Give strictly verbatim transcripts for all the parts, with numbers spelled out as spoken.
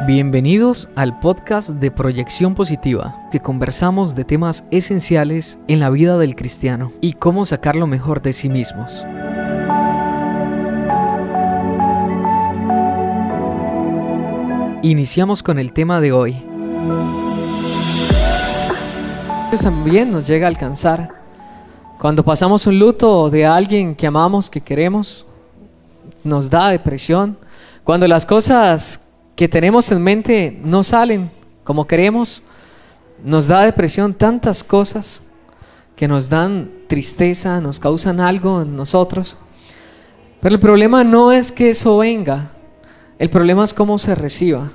Bienvenidos al podcast de Proyección Positiva, que conversamos de temas esenciales en la vida del cristiano y cómo sacar lo mejor de sí mismos. Iniciamos con el tema de hoy. También nos llega a alcanzar cuando pasamos un luto de alguien que amamos, que queremos, nos da depresión, cuando las cosas que tenemos en mente no salen como queremos, nos da depresión, tantas cosas que nos dan tristeza, nos causan algo en nosotros. Pero el problema no es que eso venga, el problema es cómo se reciba.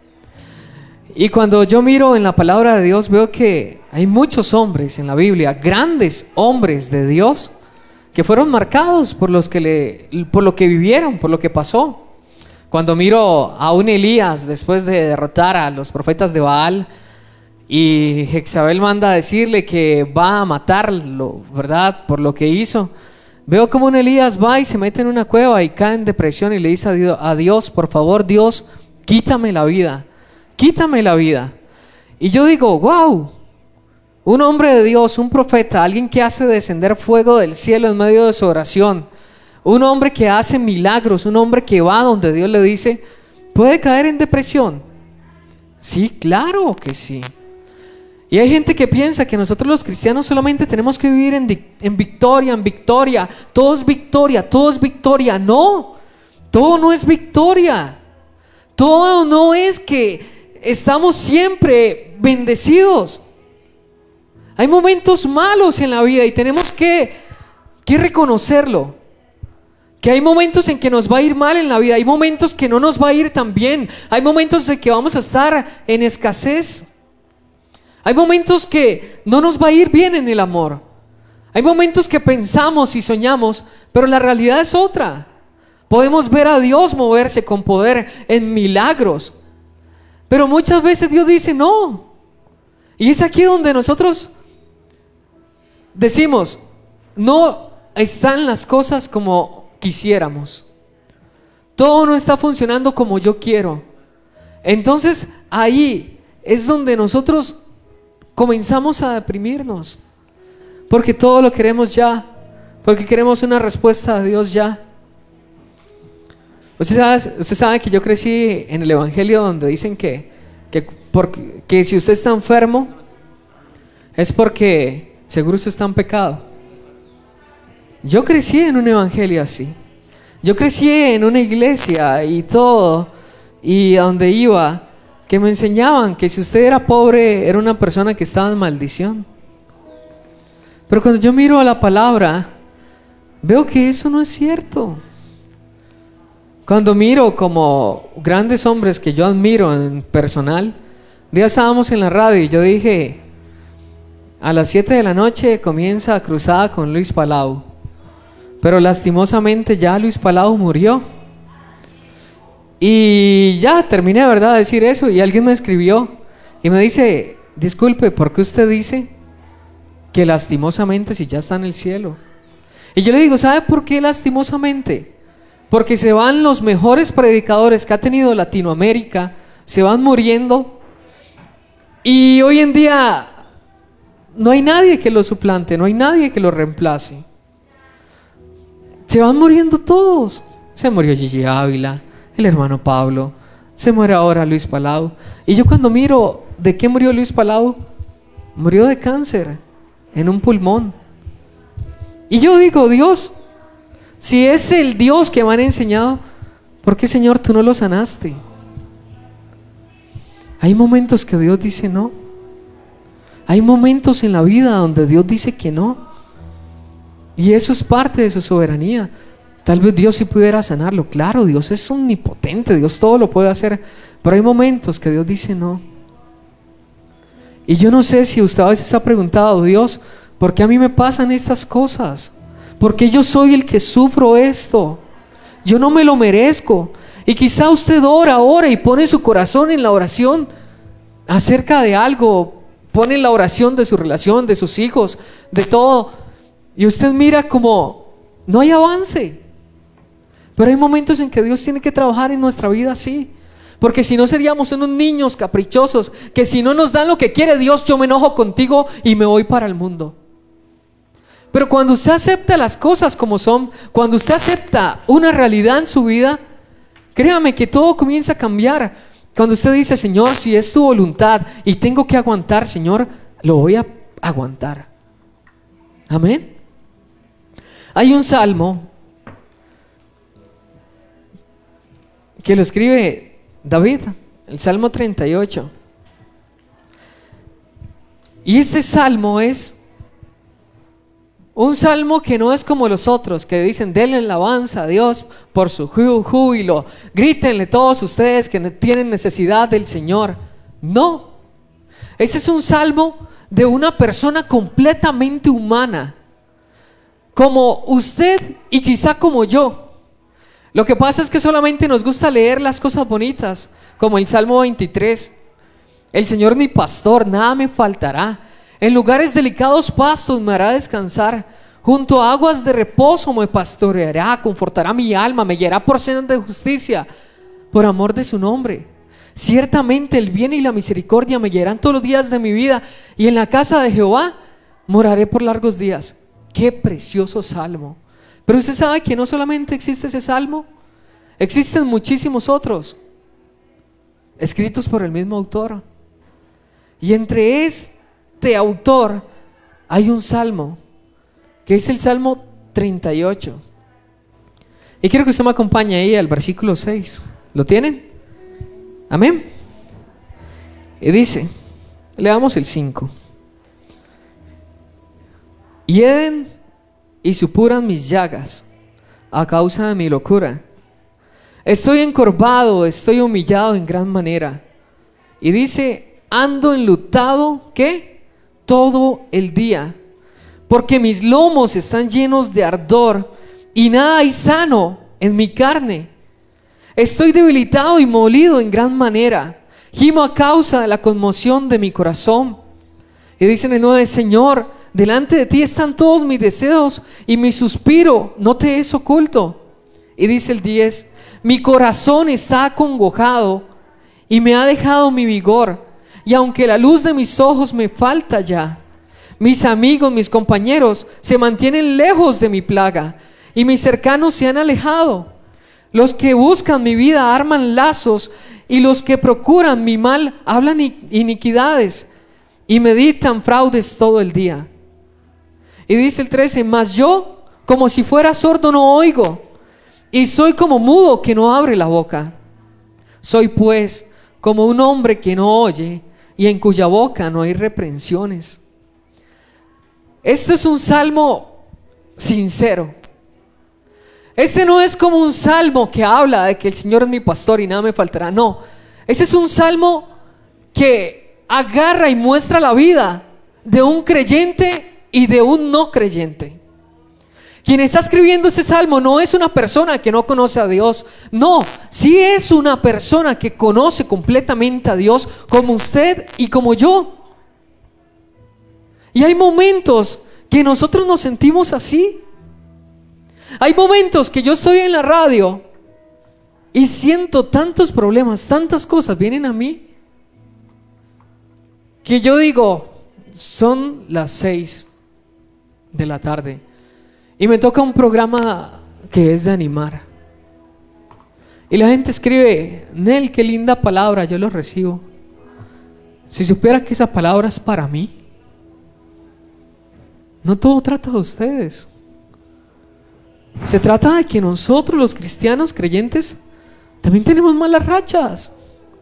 Y cuando yo miro en la palabra de Dios, veo que hay muchos hombres en la Biblia, grandes hombres de Dios, que fueron marcados por, los que le, por lo que vivieron, por lo que pasó. Cuando miro a un Elías después de derrotar a los profetas de Baal y Jezabel manda a decirle que va a matarlo, ¿verdad? Por lo que hizo. Veo como un Elías va y se mete en una cueva y cae en depresión y le dice a Dios, a Dios, por favor, Dios, quítame la vida, quítame la vida. Y yo digo, wow, un hombre de Dios, un profeta, alguien que hace descender fuego del cielo en medio de su oración, un hombre que hace milagros, un hombre que va donde Dios le dice, ¿puede caer en depresión? Sí, claro que sí. Y hay gente que piensa que nosotros los cristianos solamente tenemos que vivir en, di- en victoria, en victoria, todo es victoria, todo es victoria. No, todo no es victoria. Todo no es que estamos siempre bendecidos. Hay momentos malos en la vida y tenemos que, que reconocerlo. Que hay momentos en que nos va a ir mal en la vida, hay momentos que no nos va a ir tan bien, hay momentos en que vamos a estar en escasez, hay momentos que no nos va a ir bien en el amor, hay momentos que pensamos y soñamos, pero la realidad es otra. Podemos ver a Dios moverse con poder en milagros, pero muchas veces Dios dice no, y es aquí donde nosotros decimos, no están las cosas como quisiéramos, todo no está funcionando como yo quiero. Entonces ahí es donde nosotros comenzamos a deprimirnos, porque todo lo queremos ya, porque queremos una respuesta de Dios ya. Usted sabe, usted sabe que yo crecí en el evangelio donde dicen que, que, porque, que si usted está enfermo es porque seguro usted está en pecado. Yo crecí en un evangelio así. Yo crecí en una iglesia y todo, y a donde iba, que me enseñaban que si usted era pobre era una persona que estaba en maldición. Pero cuando yo miro a la palabra, veo que eso no es cierto. Cuando miro como grandes hombres que yo admiro en personal, un día estábamos en la radio y yo dije, a las siete de la noche comienza Cruzada con Luis Palau. Pero lastimosamente ya Luis Palau murió. Y ya terminé, ¿verdad?, de decir eso. Y alguien me escribió y me dice, disculpe, ¿por qué usted dice que lastimosamente si ya está en el cielo? Y yo le digo, ¿sabe por qué lastimosamente? Porque se van los mejores predicadores que ha tenido Latinoamérica, se van muriendo. Y hoy en día no hay nadie que lo suplante, no hay nadie que lo reemplace. Se van muriendo todos. Se murió Gigi Ávila, el hermano Pablo, se muere ahora Luis Palau. Y yo cuando miro de qué murió Luis Palau, murió de cáncer en un pulmón. Y yo digo, Dios, si es el Dios que me han enseñado, ¿por qué, Señor, tú no lo sanaste? Hay momentos que Dios dice no. Hay momentos en la vida donde Dios dice que no. Y eso es parte de su soberanía. Tal vez Dios sí pudiera sanarlo. Claro, Dios es omnipotente, Dios todo lo puede hacer. Pero hay momentos que Dios dice no. Y yo no sé si usted a veces ha preguntado, Dios, ¿por qué a mí me pasan estas cosas? ¿Por qué yo soy el que sufro esto? Yo no me lo merezco. Y quizá usted ora, ora y pone su corazón en la oración acerca de algo. Pone en la oración de su relación, de sus hijos, de todo. Y usted mira como no hay avance. Pero hay momentos en que Dios tiene que trabajar en nuestra vida así. Porque si no seríamos unos niños caprichosos, que si no nos dan lo que quiere Dios, yo me enojo contigo y me voy para el mundo. Pero cuando usted acepta las cosas como son, cuando usted acepta una realidad en su vida, créame que todo comienza a cambiar. Cuando usted dice, Señor, si es tu voluntad y tengo que aguantar, Señor, lo voy a aguantar. Amén. Hay un salmo que lo escribe David, el Salmo treinta y ocho. Y este salmo es un salmo que no es como los otros, que dicen, denle alabanza a Dios por su júbilo, grítenle todos ustedes que tienen necesidad del Señor. No, ese es un salmo de una persona completamente humana, como usted y quizá como yo. Lo que pasa es que solamente nos gusta leer las cosas bonitas, como el Salmo veintitrés. El Señor mi pastor, nada me faltará. En lugares delicados pastos me hará descansar. Junto a aguas de reposo me pastoreará, confortará mi alma, me guiará por sendas de justicia, por amor de su nombre. Ciertamente el bien y la misericordia me guiarán todos los días de mi vida, y en la casa de Jehová moraré por largos días. Qué precioso salmo. Pero usted sabe que no solamente existe ese salmo, existen muchísimos otros, escritos por el mismo autor. Y entre este autor hay un salmo, que es el Salmo treinta y ocho. Y quiero que usted me acompañe ahí al versículo seis. ¿Lo tienen? Amén. Y dice, leamos el cinco. Hieden y supuran mis llagas a causa de mi locura. Estoy encorvado, estoy humillado en gran manera. Y dice, ando enlutado, ¿qué? Todo el día, porque mis lomos están llenos de ardor y nada hay sano en mi carne. Estoy debilitado y molido en gran manera. Gimo a causa de la conmoción de mi corazón. Y dice en el nueve, Señor, delante de ti están todos mis deseos y mi suspiro no te es oculto. Y dice el diez, mi corazón está acongojado y me ha dejado mi vigor, y aunque la luz de mis ojos me falta ya, mis amigos, mis compañeros se mantienen lejos de mi plaga y mis cercanos se han alejado. Los que buscan mi vida arman lazos, y los que procuran mi mal hablan iniquidades y meditan fraudes todo el día. Y dice el trece, mas yo como si fuera sordo no oigo, y soy como mudo que no abre la boca. Soy pues como un hombre que no oye, y en cuya boca no hay reprensiones. Esto es un salmo sincero. Este no es como un salmo que habla de que el Señor es mi pastor y nada me faltará. No, ese es un salmo que agarra y muestra la vida de un creyente y de un no creyente. Quien está escribiendo ese salmo no es una persona que no conoce a Dios. No, sí es una persona que conoce completamente a Dios, como usted y como yo. Y hay momentos que nosotros nos sentimos así. Hay momentos que yo estoy en la radio y siento tantos problemas, tantas cosas vienen a mí, que yo digo, son las seis de la tarde y me toca un programa que es de animar. Y la gente escribe, Nel, qué linda palabra, yo lo recibo. Si supiera que esa palabra es para mí. No todo trata de ustedes. Se trata de que nosotros los cristianos creyentes también tenemos malas rachas.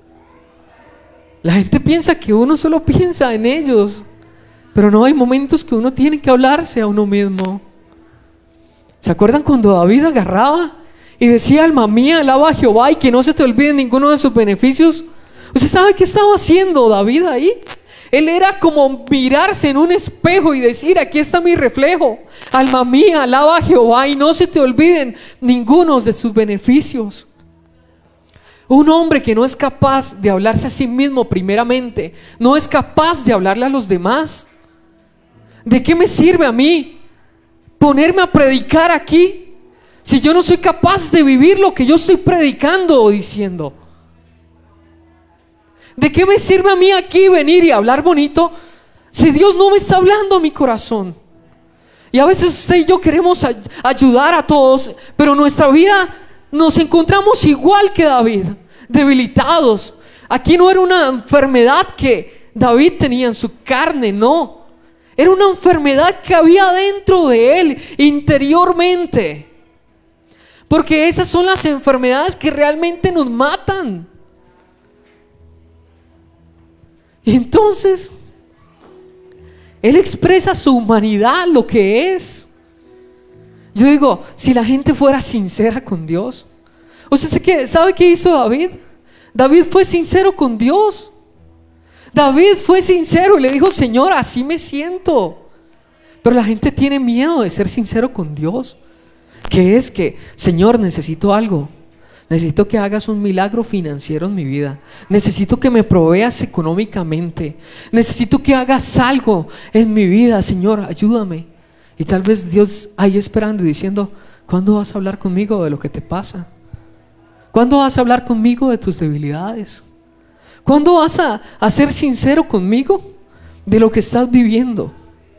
La gente piensa que uno solo piensa en ellos, pero no, hay momentos que uno tiene que hablarse a uno mismo. ¿Se acuerdan cuando David agarraba y decía, alma mía, alaba a Jehová y que no se te olvide ninguno de sus beneficios? ¿Usted sabe qué estaba haciendo David ahí? Él era como mirarse en un espejo y decir, aquí está mi reflejo. Alma mía, alaba a Jehová y no se te olviden ninguno de sus beneficios. Un hombre que no es capaz de hablarse a sí mismo primeramente, no es capaz de hablarle a los demás. ¿De qué me sirve a mí ponerme a predicar aquí si yo no soy capaz de vivir lo que yo estoy predicando o diciendo? ¿De qué me sirve a mí aquí venir y hablar bonito si Dios no me está hablando a mi corazón? Y a veces usted y yo queremos ay- ayudar a todos, pero en nuestra vida nos encontramos igual que David, debilitados. Aquí no era una enfermedad que David tenía en su carne, no. Era una enfermedad que había dentro de él, interiormente. Porque esas son las enfermedades que realmente nos matan. Y entonces, él expresa su humanidad, lo que es. Yo digo, si la gente fuera sincera con Dios. O sea, ¿sabe qué hizo David? David fue sincero con Dios. David fue sincero y le dijo: Señor, así me siento. Pero la gente tiene miedo de ser sincero con Dios. Que es que, Señor, necesito algo. Necesito que hagas un milagro financiero en mi vida. Necesito que me proveas económicamente. Necesito que hagas algo en mi vida, Señor, ayúdame. Y tal vez Dios ahí esperando y diciendo: ¿cuándo vas a hablar conmigo de lo que te pasa? ¿Cuándo vas a hablar conmigo de tus debilidades? ¿Cuándo vas a, a ser sincero conmigo de lo que estás viviendo?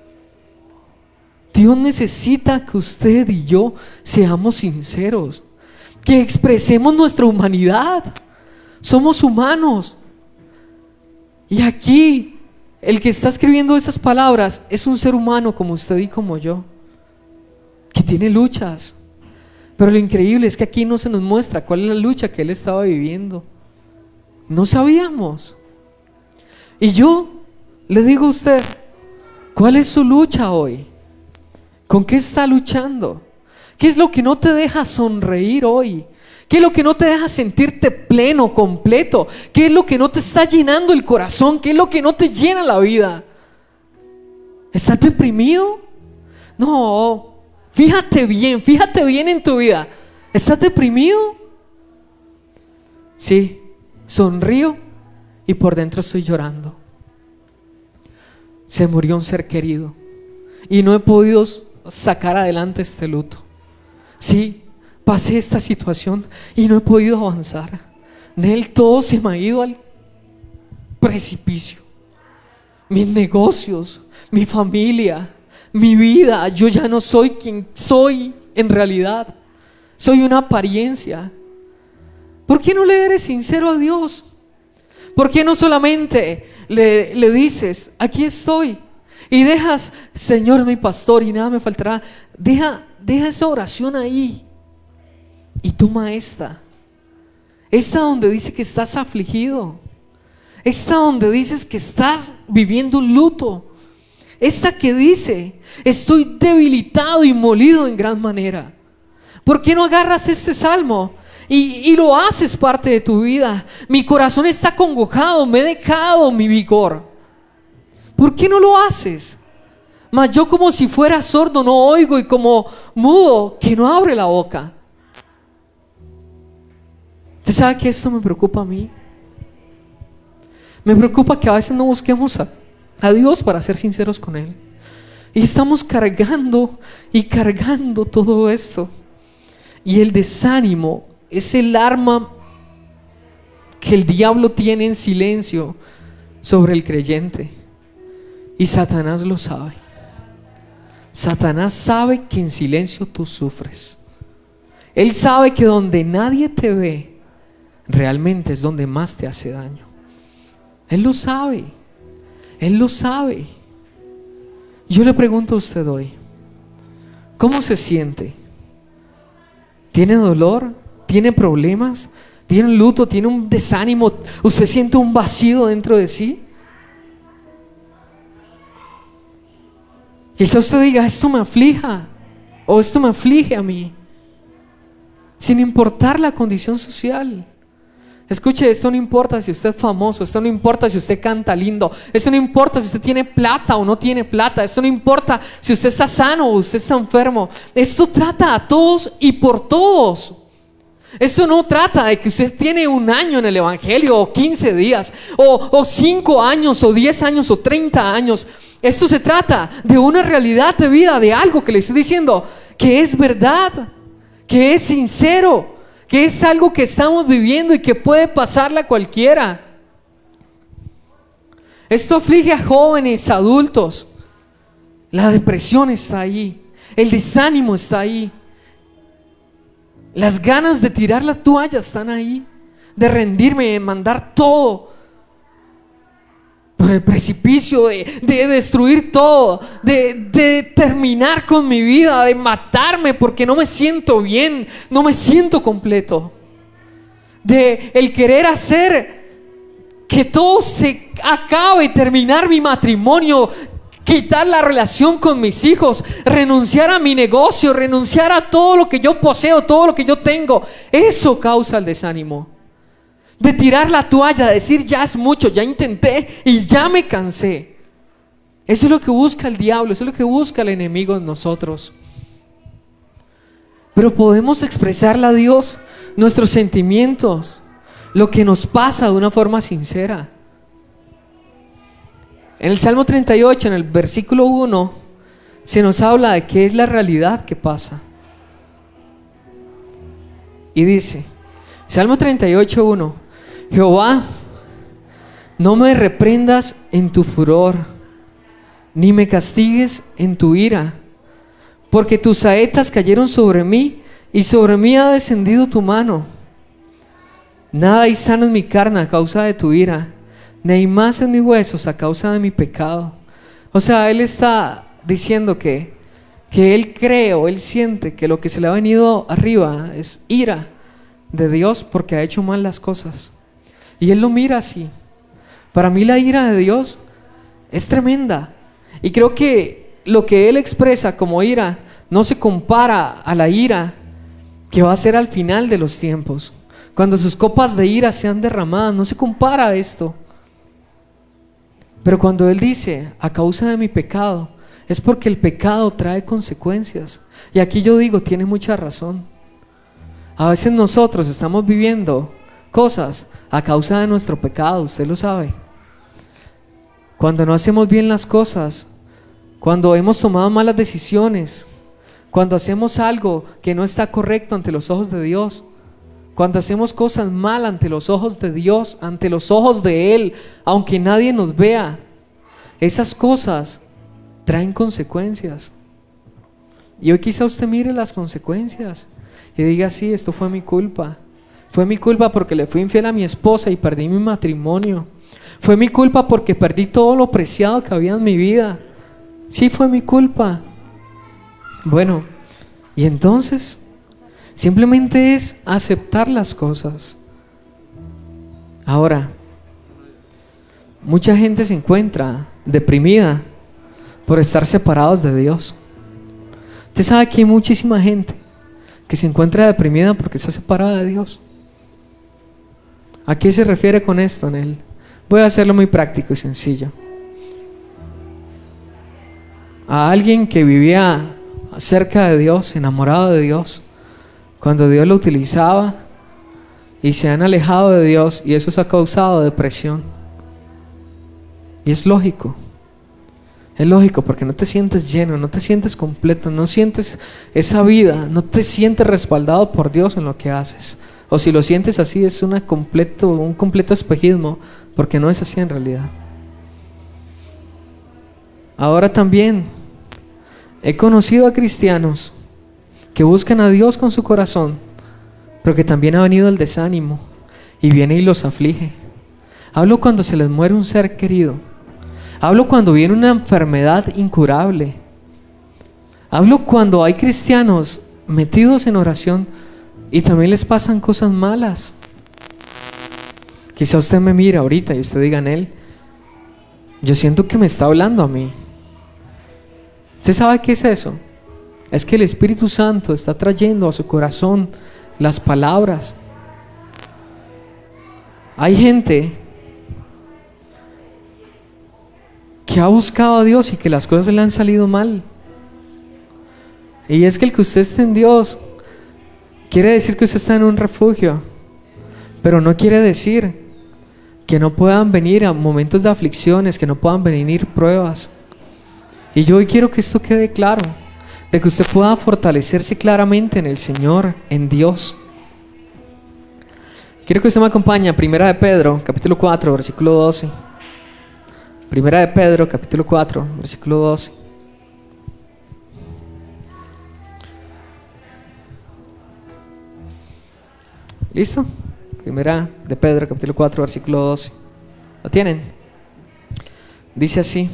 Dios necesita que usted y yo seamos sinceros, que expresemos nuestra humanidad. Somos humanos. Y aquí el que está escribiendo esas palabras es un ser humano como usted y como yo, que tiene luchas. Pero lo increíble es que aquí no se nos muestra cuál es la lucha que él estaba viviendo. No sabíamos. Y yo le digo a usted, ¿cuál es su lucha hoy? ¿Con qué está luchando? ¿Qué es lo que no te deja sonreír hoy? ¿Qué es lo que no te deja sentirte pleno, completo? ¿Qué es lo que no te está llenando el corazón? ¿Qué es lo que no te llena la vida? ¿Estás deprimido? No, fíjate bien, fíjate bien en tu vida. ¿Estás deprimido? Sí, sonrío y por dentro estoy llorando. Se murió un ser querido y no he podido sacar adelante este luto. Sí, pasé esta situación y no he podido avanzar. Del todo se me ha ido al precipicio. Mis negocios, mi familia, mi vida. Yo ya no soy quien soy en realidad. Soy una apariencia. ¿Por qué no le eres sincero a Dios? ¿Por qué no solamente le, le dices: aquí estoy? Y dejas: Señor, mi pastor, y nada me faltará. Deja, deja esa oración ahí. Y toma esta. Esta donde dice que estás afligido. Esta donde dices que estás viviendo un luto. Esta que dice: estoy debilitado y molido en gran manera. ¿Por qué no agarras este salmo y, y lo haces parte de tu vida? Mi corazón está acongojado, me he dejado mi vigor. ¿Por qué no lo haces? Mas yo, como si fuera sordo, no oigo, y como mudo, que no abre la boca. ¿Usted sabe que esto me preocupa a mí? Me preocupa que a veces no busquemos a, a Dios para ser sinceros con Él. Y estamos cargando y cargando todo esto. Y el desánimo es el arma que el diablo tiene en silencio sobre el creyente. Y Satanás lo sabe. Satanás sabe que en silencio tú sufres. Él sabe que donde nadie te ve, realmente es donde más te hace daño. Él lo sabe. Él lo sabe. Yo le pregunto a usted hoy, ¿cómo se siente? ¿Tiene dolor? ¿Tiene problemas? ¿Tiene un luto? ¿Tiene un desánimo? ¿Usted siente un vacío dentro de sí? Quizá usted diga: esto me aflija, o esto me aflige a mí, sin importar la condición social. Escuche, esto no importa si usted es famoso, esto no importa si usted canta lindo, esto no importa si usted tiene plata o no tiene plata, esto no importa si usted está sano o usted está enfermo. Esto trata a todos y por todos. Esto no trata de que usted tiene un año en el evangelio, o quince días, o, o cinco años, o diez años, o treinta años. Esto se trata de una realidad de vida, de algo que le estoy diciendo, que es verdad, que es sincero, que es algo que estamos viviendo y que puede pasarle a cualquiera. Esto aflige a jóvenes, adultos. La depresión está ahí, el desánimo está ahí, las ganas de tirar la toalla están ahí, de rendirme, de mandar todo por el precipicio, de, de destruir todo, de, de terminar con mi vida, de matarme porque no me siento bien, no me siento completo, de el querer hacer que todo se acabe y terminar mi matrimonio, quitar la relación con mis hijos, renunciar a mi negocio, renunciar a todo lo que yo poseo, todo lo que yo tengo. Eso causa el desánimo. De tirar la toalla, de decir ya es mucho, ya intenté y ya me cansé. Eso es lo que busca el diablo, eso es lo que busca el enemigo en nosotros. Pero podemos expresarle a Dios nuestros sentimientos, lo que nos pasa de una forma sincera. En el Salmo treinta y ocho, en el versículo uno, se nos habla de qué es la realidad que pasa. Y dice, Salmo treinta y ocho, uno: Jehová, no me reprendas en tu furor, ni me castigues en tu ira, porque tus saetas cayeron sobre mí, y sobre mí ha descendido tu mano. Nada hay sano en mi carne a causa de tu ira, ni hay más en mis huesos a causa de mi pecado. O sea, él está diciendo que, que él cree o él siente que lo que se le ha venido arriba es ira de Dios porque ha hecho mal las cosas. Y él lo mira así. Para mí la ira de Dios es tremenda. Y creo que lo que él expresa como ira no se compara a la ira que va a ser al final de los tiempos. Cuando sus copas de ira sean derramadas, no se compara a esto. Pero cuando él dice, a causa de mi pecado, es porque el pecado trae consecuencias. Y aquí yo digo, tiene mucha razón. A veces nosotros estamos viviendo cosas a causa de nuestro pecado, usted lo sabe. Cuando no hacemos bien las cosas, cuando hemos tomado malas decisiones, cuando hacemos algo que no está correcto ante los ojos de Dios, cuando hacemos cosas mal ante los ojos de Dios, ante los ojos de Él, aunque nadie nos vea, esas cosas traen consecuencias. Y hoy quizá usted mire las consecuencias y diga, sí, esto fue mi culpa. Fue mi culpa porque le fui infiel a mi esposa y perdí mi matrimonio. Fue mi culpa porque perdí todo lo preciado que había en mi vida. Sí, fue mi culpa. Bueno, y entonces simplemente es aceptar las cosas. Ahora, mucha gente se encuentra deprimida por estar separados de Dios. Usted sabe que hay muchísima gente que se encuentra deprimida porque está separada de Dios. ¿A qué se refiere con esto, Nel? Voy a hacerlo muy práctico y sencillo. A alguien que vivía cerca de Dios, enamorado de Dios, cuando Dios lo utilizaba y se han alejado de Dios, y eso se ha causado depresión. Y es lógico. Es lógico porque no te sientes lleno, no te sientes completo, no sientes esa vida, no te sientes respaldado por Dios en lo que haces. O si lo sientes así, es una completo, un completo espejismo, porque no es así en realidad. Ahora también he conocido a cristianos que buscan a Dios con su corazón, pero que también ha venido el desánimo y viene y los aflige. Hablo cuando se les muere un ser querido. Hablo cuando viene una enfermedad incurable. Hablo cuando hay cristianos metidos en oración y también les pasan cosas malas. Quizá usted me mira ahorita y usted diga, en él, yo siento que me está hablando a mí. ¿Usted sabe qué es eso? Es que el Espíritu Santo está trayendo a su corazón las palabras. Hay gente que ha buscado a Dios y que las cosas le han salido mal. Y es que el que usted esté en Dios quiere decir que usted está en un refugio, pero no quiere decir que no puedan venir a momentos de aflicciones, que no puedan venir pruebas. Y yo hoy quiero que esto quede claro, de que usted pueda fortalecerse claramente en el Señor, en Dios. Quiero que usted me acompañe a Primera de Pedro, capítulo cuatro, versículo doce. Primera de Pedro, capítulo cuatro, versículo doce. ¿Listo? Primera de Pedro, capítulo cuatro, versículo doce. ¿Lo tienen? Dice así: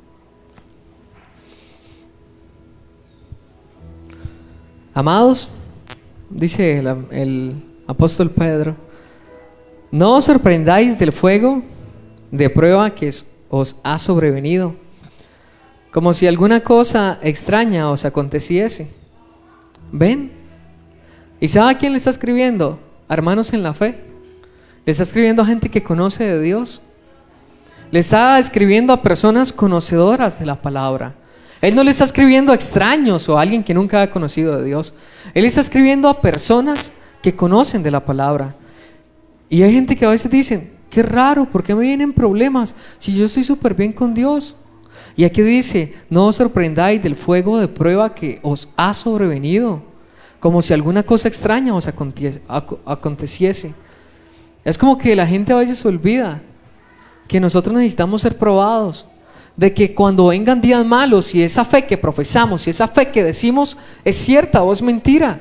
amados, dice el, el apóstol Pedro, no os sorprendáis del fuego de prueba que os ha sobrevenido, como si alguna cosa extraña os aconteciese. ¿Ven? ¿Y sabe a quién le está escribiendo? A hermanos en la fe. Le está escribiendo a gente que conoce de Dios. Le está escribiendo a personas conocedoras de la palabra. Él no le está escribiendo a extraños o a alguien que nunca ha conocido de Dios. Él está escribiendo a personas que conocen de la palabra. Y hay gente que a veces dicen, qué raro, ¿por qué me vienen problemas si yo estoy súper bien con Dios? Y aquí dice, no os sorprendáis del fuego de prueba que os ha sobrevenido, como si alguna cosa extraña os aconteciese. Es como que la gente a veces olvida que nosotros necesitamos ser probados, de que cuando vengan días malos, si esa fe que profesamos, si esa fe que decimos es cierta o es mentira.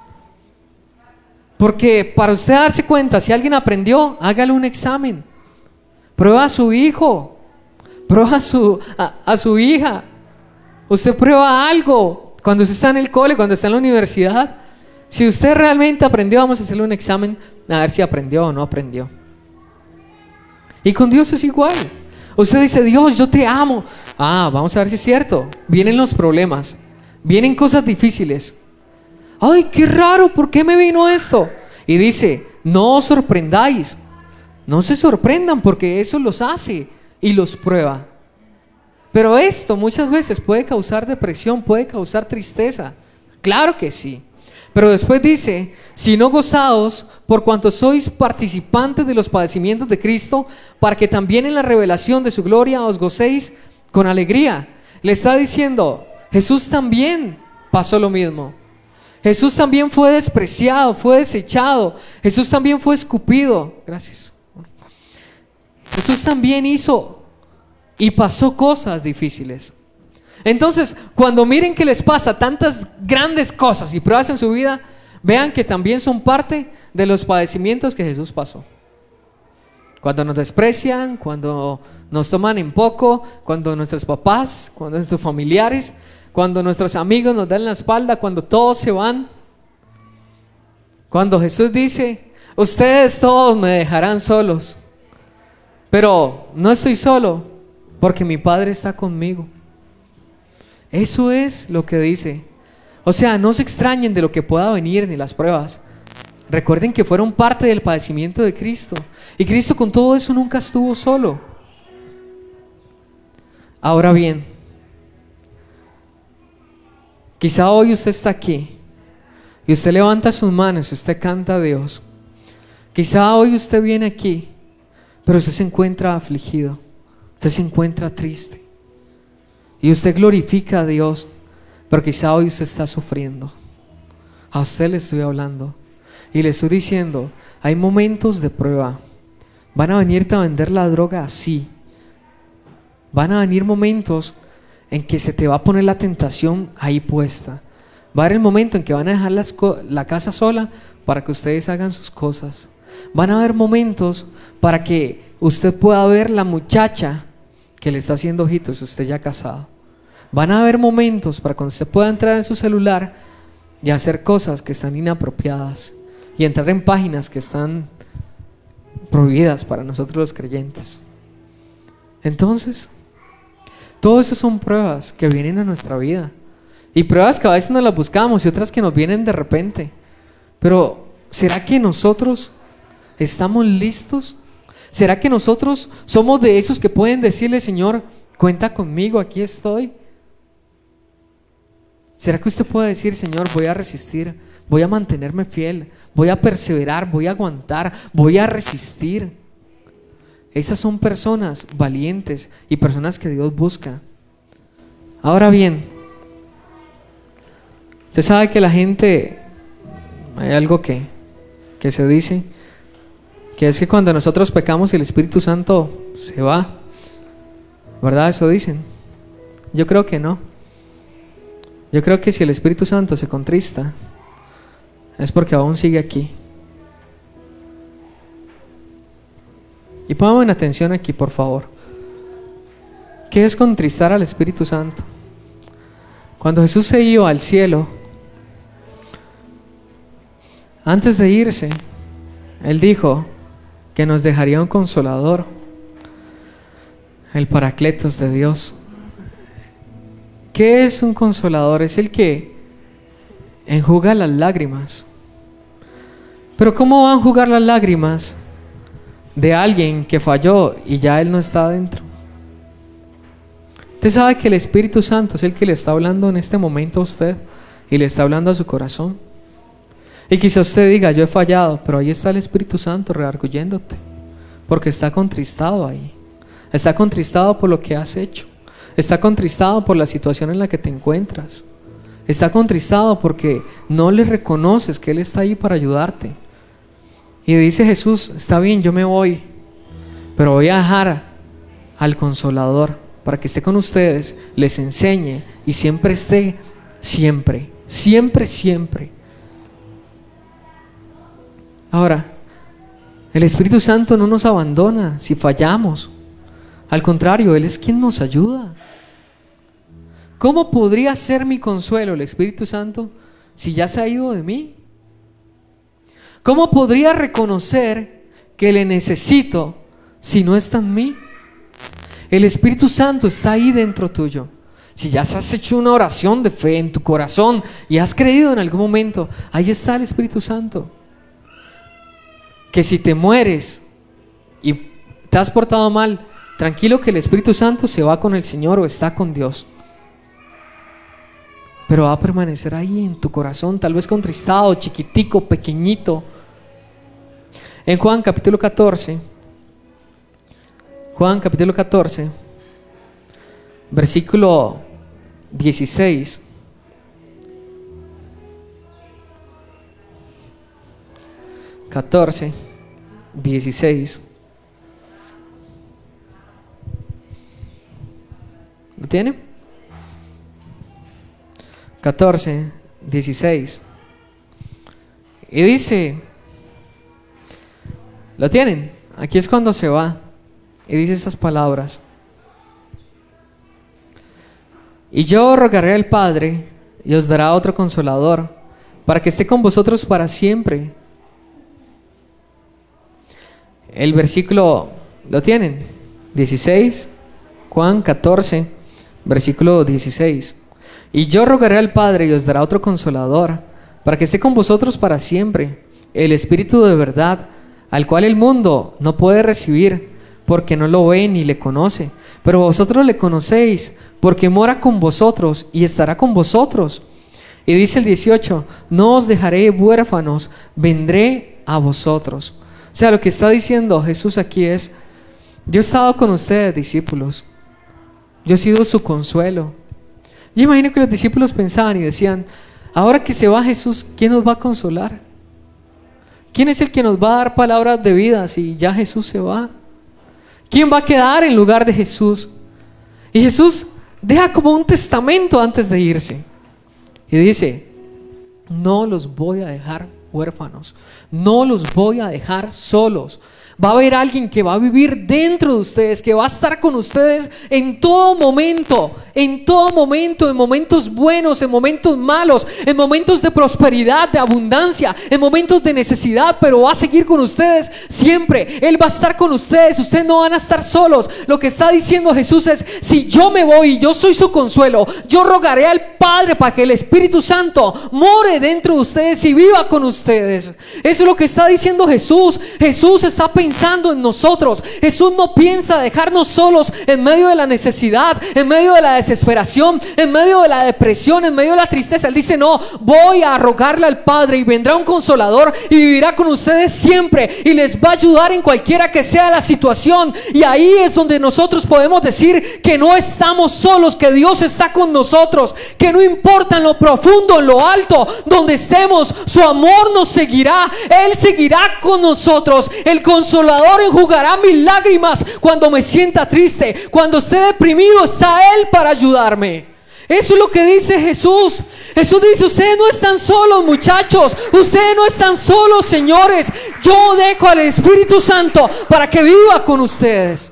Porque para usted darse cuenta, si alguien aprendió, hágale un examen. Prueba a su hijo, prueba a su, a, a su hija. Usted prueba algo cuando usted está en el cole, cuando está en la universidad. Si usted realmente aprendió, vamos a hacerle un examen a ver si aprendió o no aprendió. Y con Dios es igual. Usted dice, Dios, yo te amo. Ah, vamos a ver si es cierto. Vienen los problemas, vienen cosas difíciles. Ay, qué raro, ¿por qué me vino esto? Y dice, no os sorprendáis. No se sorprendan, porque eso los hace y los prueba. Pero esto muchas veces puede causar depresión, puede causar tristeza. Claro que sí. Pero después dice, si no gozaos por cuanto sois participantes de los padecimientos de Cristo, para que también en la revelación de su gloria os gocéis con alegría. Le está diciendo, Jesús también pasó lo mismo. Jesús también fue despreciado, fue desechado. Jesús también fue escupido. Gracias. Jesús también hizo y pasó cosas difíciles. Entonces, cuando miren que les pasa tantas grandes cosas y pruebas en su vida, vean que también son parte de los padecimientos que Jesús pasó. Cuando nos desprecian, cuando nos toman en poco, cuando nuestros papás, cuando nuestros familiares, cuando nuestros amigos nos dan la espalda, cuando todos se van. Cuando Jesús dice, ustedes todos me dejarán solos, pero no estoy solo porque mi Padre está conmigo. Eso es lo que dice. O sea, no se extrañen de lo que pueda venir ni las pruebas. Recuerden que fueron parte del padecimiento de Cristo. Y Cristo con todo eso nunca estuvo solo. Ahora bien, quizá hoy usted está aquí y usted levanta sus manos y usted canta a Dios. Quizá hoy usted viene aquí, pero usted se encuentra afligido, usted se encuentra triste y usted glorifica a Dios, pero quizá hoy usted está sufriendo. A usted le estoy hablando y le estoy diciendo, hay momentos de prueba. Van a venirte a vender la droga así. Van a venir momentos en que se te va a poner la tentación ahí puesta. Va a haber el momento en que van a dejar las la casa sola para que ustedes hagan sus cosas. Van a haber momentos para que usted pueda ver la muchacha que le está haciendo ojitos, usted ya casado. Van a haber momentos para cuando usted pueda entrar en su celular y hacer cosas que están inapropiadas y entrar en páginas que están prohibidas para nosotros los creyentes. Entonces, todo eso son pruebas que vienen a nuestra vida, y pruebas que a veces no las buscamos y otras que nos vienen de repente. Pero ¿será que nosotros estamos listos? ¿Será que nosotros somos de esos que pueden decirle, Señor, cuenta conmigo, aquí estoy? ¿Será que usted puede decir, Señor, voy a resistir, voy a mantenerme fiel, voy a perseverar, voy a aguantar, voy a resistir? Esas son personas valientes y personas que Dios busca. Ahora bien, usted sabe que la gente, hay algo que, que se dice, que es que cuando nosotros pecamos el Espíritu Santo se va. ¿Verdad? Eso dicen. Yo creo que no. Yo creo que si el Espíritu Santo se contrista, es porque aún sigue aquí. Y pongan atención aquí, por favor. ¿Qué es contristar al Espíritu Santo? Cuando Jesús se iba al cielo, antes de irse, Él dijo que nos dejaría un consolador, el Paracletos de Dios. ¿Qué es un consolador? Es el que enjuga las lágrimas. Pero ¿cómo va a enjugar las lágrimas de alguien que falló y ya Él no está dentro? Usted sabe que el Espíritu Santo es el que le está hablando en este momento a usted y le está hablando a su corazón. Y quizá usted diga, yo he fallado, pero ahí está el Espíritu Santo redarguyéndote, porque está contristado ahí. Está contristado por lo que has hecho. Está contristado por la situación en la que te encuentras. Está contristado porque no le reconoces que Él está ahí para ayudarte. Y dice Jesús, está bien, yo me voy, pero voy a dejar al Consolador para que esté con ustedes, les enseñe y siempre esté, siempre, siempre, siempre. Ahora, el Espíritu Santo no nos abandona si fallamos. Al contrario, Él es quien nos ayuda. ¿Cómo podría ser mi consuelo el Espíritu Santo si ya se ha ido de mí? ¿Cómo podría reconocer que le necesito si no está en mí? El Espíritu Santo está ahí dentro tuyo. Si ya has hecho una oración de fe en tu corazón y has creído en algún momento, ahí está el Espíritu Santo. Que si te mueres y te has portado mal, tranquilo que el Espíritu Santo se va con el Señor o está con Dios. Pero va a permanecer ahí en tu corazón, tal vez contristado, chiquitico, pequeñito. En Juan capítulo catorce, Juan capítulo catorce, versículo dieciséis. catorce, dieciséis. ¿Lo tiene? catorce, dieciséis. Y dice, ¿lo tienen? Aquí es cuando se va. Y dice estas palabras: y yo rogaré al Padre y os dará otro consolador para que esté con vosotros para siempre. El versículo, ¿lo tienen? dieciséis, Juan catorce, versículo dieciséis. Y yo rogaré al Padre y os dará otro consolador para que esté con vosotros para siempre, el Espíritu de verdad, al cual el mundo no puede recibir porque no lo ve ni le conoce, pero vosotros le conocéis porque mora con vosotros y estará con vosotros. Y dice el dieciocho, no os dejaré huérfanos, vendré a vosotros. O sea, lo que está diciendo Jesús aquí es, yo he estado con ustedes, discípulos, yo he sido su consuelo. Yo imagino que los discípulos pensaban y decían, ahora que se va Jesús, ¿quién nos va a consolar? ¿Quién es el que nos va a dar palabras de vida si ya Jesús se va? ¿Quién va a quedar en lugar de Jesús? Y Jesús deja como un testamento antes de irse. Y dice, no los voy a dejar huérfanos, no los voy a dejar solos. Va a haber alguien que va a vivir dentro de ustedes, que va a estar con ustedes en todo momento, en todo momento, en momentos buenos, en momentos malos, en momentos de prosperidad, de abundancia, en momentos de necesidad, pero va a seguir con ustedes siempre. Él va a estar con ustedes, ustedes no van a estar solos. Lo que está diciendo Jesús es, si yo me voy y yo soy su consuelo, yo rogaré al Padre para que el Espíritu Santo more dentro de ustedes y viva con ustedes. Eso es lo que está diciendo Jesús. Jesús está pensando en nosotros. Jesús no piensa dejarnos solos en medio de la necesidad, en medio de la desesperación, en medio de la depresión, en medio de la tristeza, Él dice: no, voy a rogarle al Padre y vendrá un consolador y vivirá con ustedes siempre y les va a ayudar en cualquiera que sea la situación. Y ahí es donde nosotros podemos decir que no estamos solos, que Dios está con nosotros, que no importa en lo profundo, en lo alto, donde estemos, su amor nos seguirá. Él seguirá con nosotros. El consolador enjugará mis lágrimas cuando me sienta triste. Cuando esté deprimido, está Él para ayudarme. Eso es lo que dice Jesús. Jesús dice: ustedes no están solos, muchachos. Ustedes no están solos, señores. Yo dejo al Espíritu Santo para que viva con ustedes.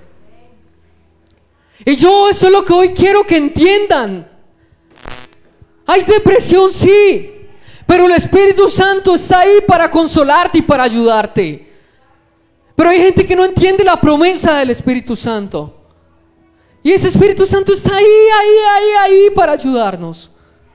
Y yo, eso es lo que hoy quiero que entiendan. Hay depresión, sí, pero el Espíritu Santo está ahí para consolarte y para ayudarte. Pero hay gente que no entiende la promesa del Espíritu Santo. Y ese Espíritu Santo está ahí, ahí, ahí, ahí para ayudarnos.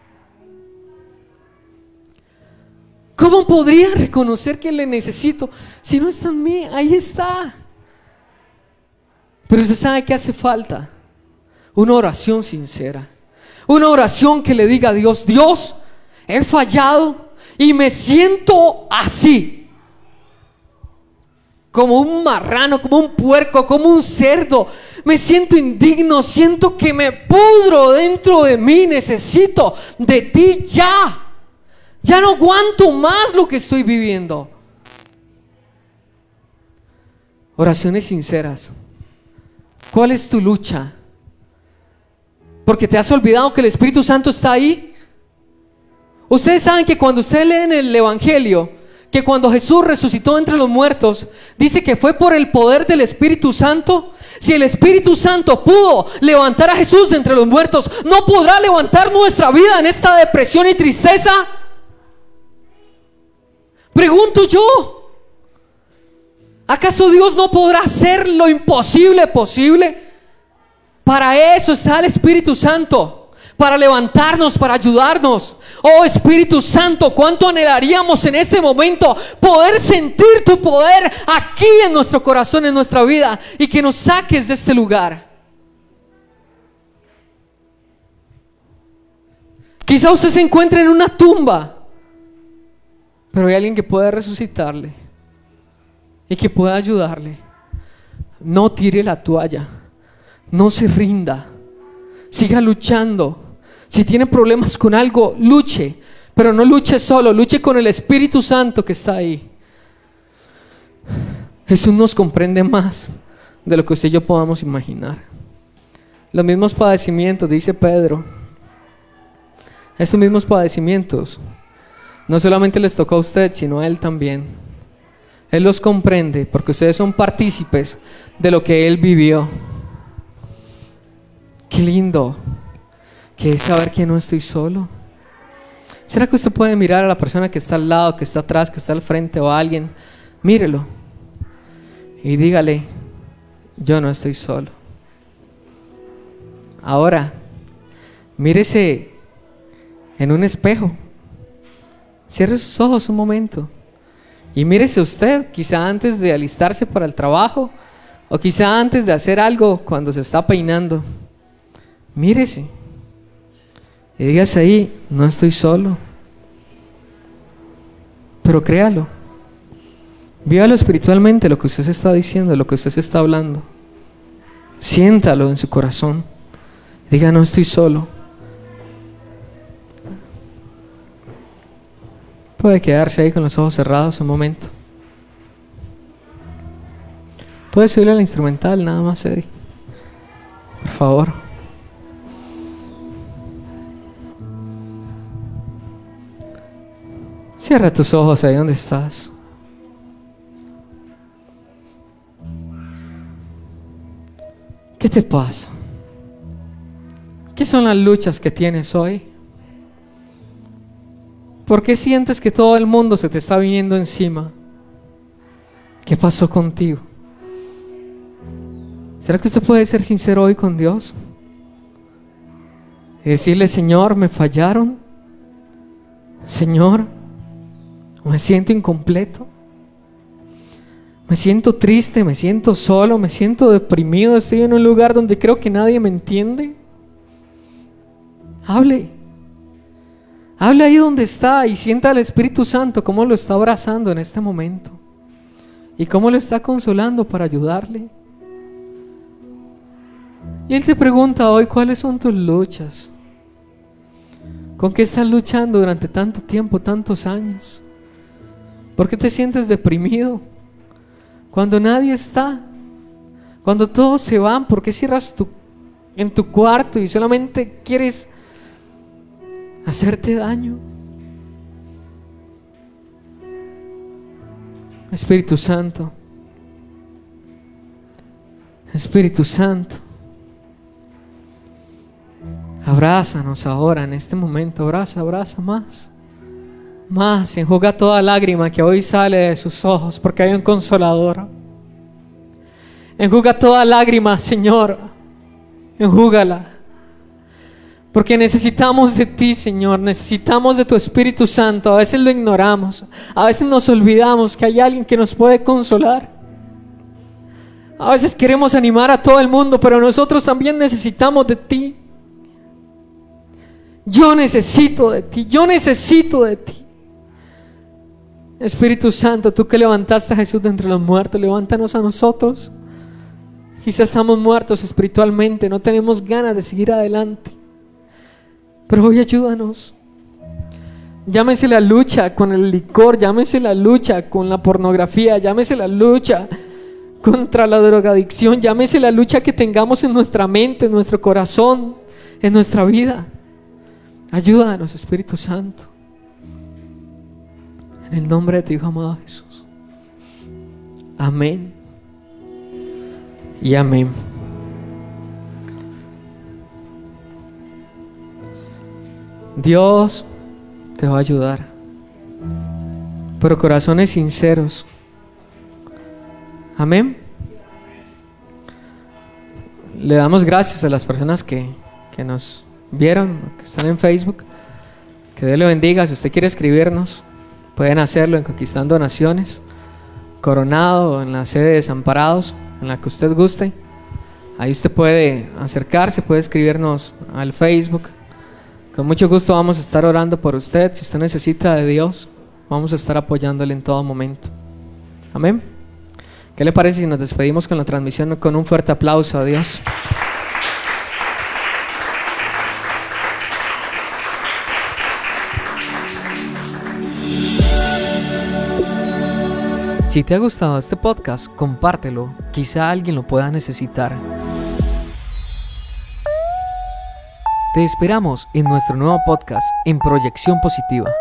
¿Cómo podría reconocer que le necesito si no está en mí? Ahí está. Pero usted sabe que hace falta una oración sincera. Una oración que le diga a Dios: Dios, he fallado y me siento así. Como un marrano, como un puerco, como un cerdo. Me siento indigno, siento que me pudro dentro de mí. Necesito de ti ya. Ya no aguanto más lo que estoy viviendo. Oraciones sinceras. ¿Cuál es tu lucha? Porque te has olvidado que el Espíritu Santo está ahí. Ustedes saben que cuando ustedes leen el Evangelio, que cuando Jesús resucitó entre los muertos, dice que fue por el poder del Espíritu Santo. Si el Espíritu Santo pudo levantar a Jesús de entre los muertos, ¿no podrá levantar nuestra vida en esta depresión y tristeza? Pregunto yo, ¿acaso Dios no podrá hacer lo imposible posible? Para eso está el Espíritu Santo, para levantarnos, para ayudarnos. Oh Espíritu Santo, cuánto anhelaríamos en este momento poder sentir tu poder aquí en nuestro corazón, en nuestra vida, y que nos saques de este lugar. Quizá usted se encuentre en una tumba, pero hay alguien que pueda resucitarle y que pueda ayudarle. No tire la toalla, no se rinda, siga luchando. Si tiene problemas con algo, luche, pero no luche solo, luche con el Espíritu Santo que está ahí. Jesús nos comprende más de lo que usted y yo podamos imaginar. Los mismos padecimientos, dice Pedro, estos mismos padecimientos no solamente les tocó a usted, sino a Él también. Él los comprende porque ustedes son partícipes de lo que Él vivió. Qué lindo que es saber que no estoy solo. ¿Será que usted puede mirar a la persona que está al lado, que está atrás, que está al frente, o a alguien? Mírelo y dígale: yo no estoy solo. Ahora, mírese en un espejo. Cierre sus ojos un momento y mírese usted, quizá antes de alistarse para el trabajo, o quizá antes de hacer algo cuando se está peinando. Mírese y dígase ahí: no estoy solo. Pero créalo, vívalo espiritualmente, lo que usted se está diciendo, lo que usted se está hablando. Siéntalo en su corazón. Diga: no estoy solo. Puede quedarse ahí con los ojos cerrados un momento. Puede subirle al instrumental nada más, Eddie, por favor. Cierra tus ojos ahí donde estás. ¿Qué te pasa? ¿Qué son las luchas que tienes hoy? ¿Por qué sientes que todo el mundo se te está viniendo encima? ¿Qué pasó contigo? ¿Será que usted puede ser sincero hoy con Dios? Y decirle: Señor, me fallaron. Señor, me siento incompleto. Me siento triste, me siento solo, me siento deprimido. Estoy en un lugar donde creo que nadie me entiende. Hable. Hable ahí donde está y sienta al Espíritu Santo cómo lo está abrazando en este momento y cómo lo está consolando para ayudarle. Y Él te pregunta hoy, ¿cuáles son tus luchas? ¿Con qué estás luchando durante tanto tiempo, tantos años? ¿Por qué te sientes deprimido? Cuando nadie está, cuando todos se van, ¿por qué cierras tu, en tu cuarto y solamente quieres hacerte daño? Espíritu Santo, Espíritu Santo, abrázanos ahora en este momento, abraza, abraza más, más, enjuga toda lágrima que hoy sale de sus ojos, porque hay un consolador. Enjuga toda lágrima, Señor, enjúgala, porque necesitamos de ti, Señor, necesitamos de tu Espíritu Santo. A veces lo ignoramos, a veces nos olvidamos que hay alguien que nos puede consolar. A veces queremos animar a todo el mundo, pero nosotros también necesitamos de ti. Yo necesito de ti, yo necesito de ti. Espíritu Santo, tú que levantaste a Jesús de entre los muertos, levántanos a nosotros. Quizás estamos muertos espiritualmente, no tenemos ganas de seguir adelante, pero hoy ayúdanos. Llámese la lucha con el licor, llámese la lucha con la pornografía, llámese la lucha contra la drogadicción, llámese la lucha que tengamos en nuestra mente, en nuestro corazón, en nuestra vida. Ayúdanos, Espíritu Santo, en el nombre de tu Hijo amado Jesús. Amén y amén. Dios te va a ayudar, pero corazones sinceros. Amén. Le damos gracias a las personas que, que nos vieron, que están en Facebook. Que Dios le bendiga. Si usted quiere escribirnos, pueden hacerlo en Conquistando Naciones, Coronado, en la sede de Desamparados, en la que usted guste. Ahí usted puede acercarse, puede escribirnos al Facebook. Con mucho gusto vamos a estar orando por usted. Si usted necesita de Dios, vamos a estar apoyándole en todo momento. Amén. ¿Qué le parece si nos despedimos con la transmisión con un fuerte aplauso a Dios? Si te ha gustado este podcast, compártelo, quizá alguien lo pueda necesitar. Te esperamos en nuestro nuevo podcast, En Proyección Positiva.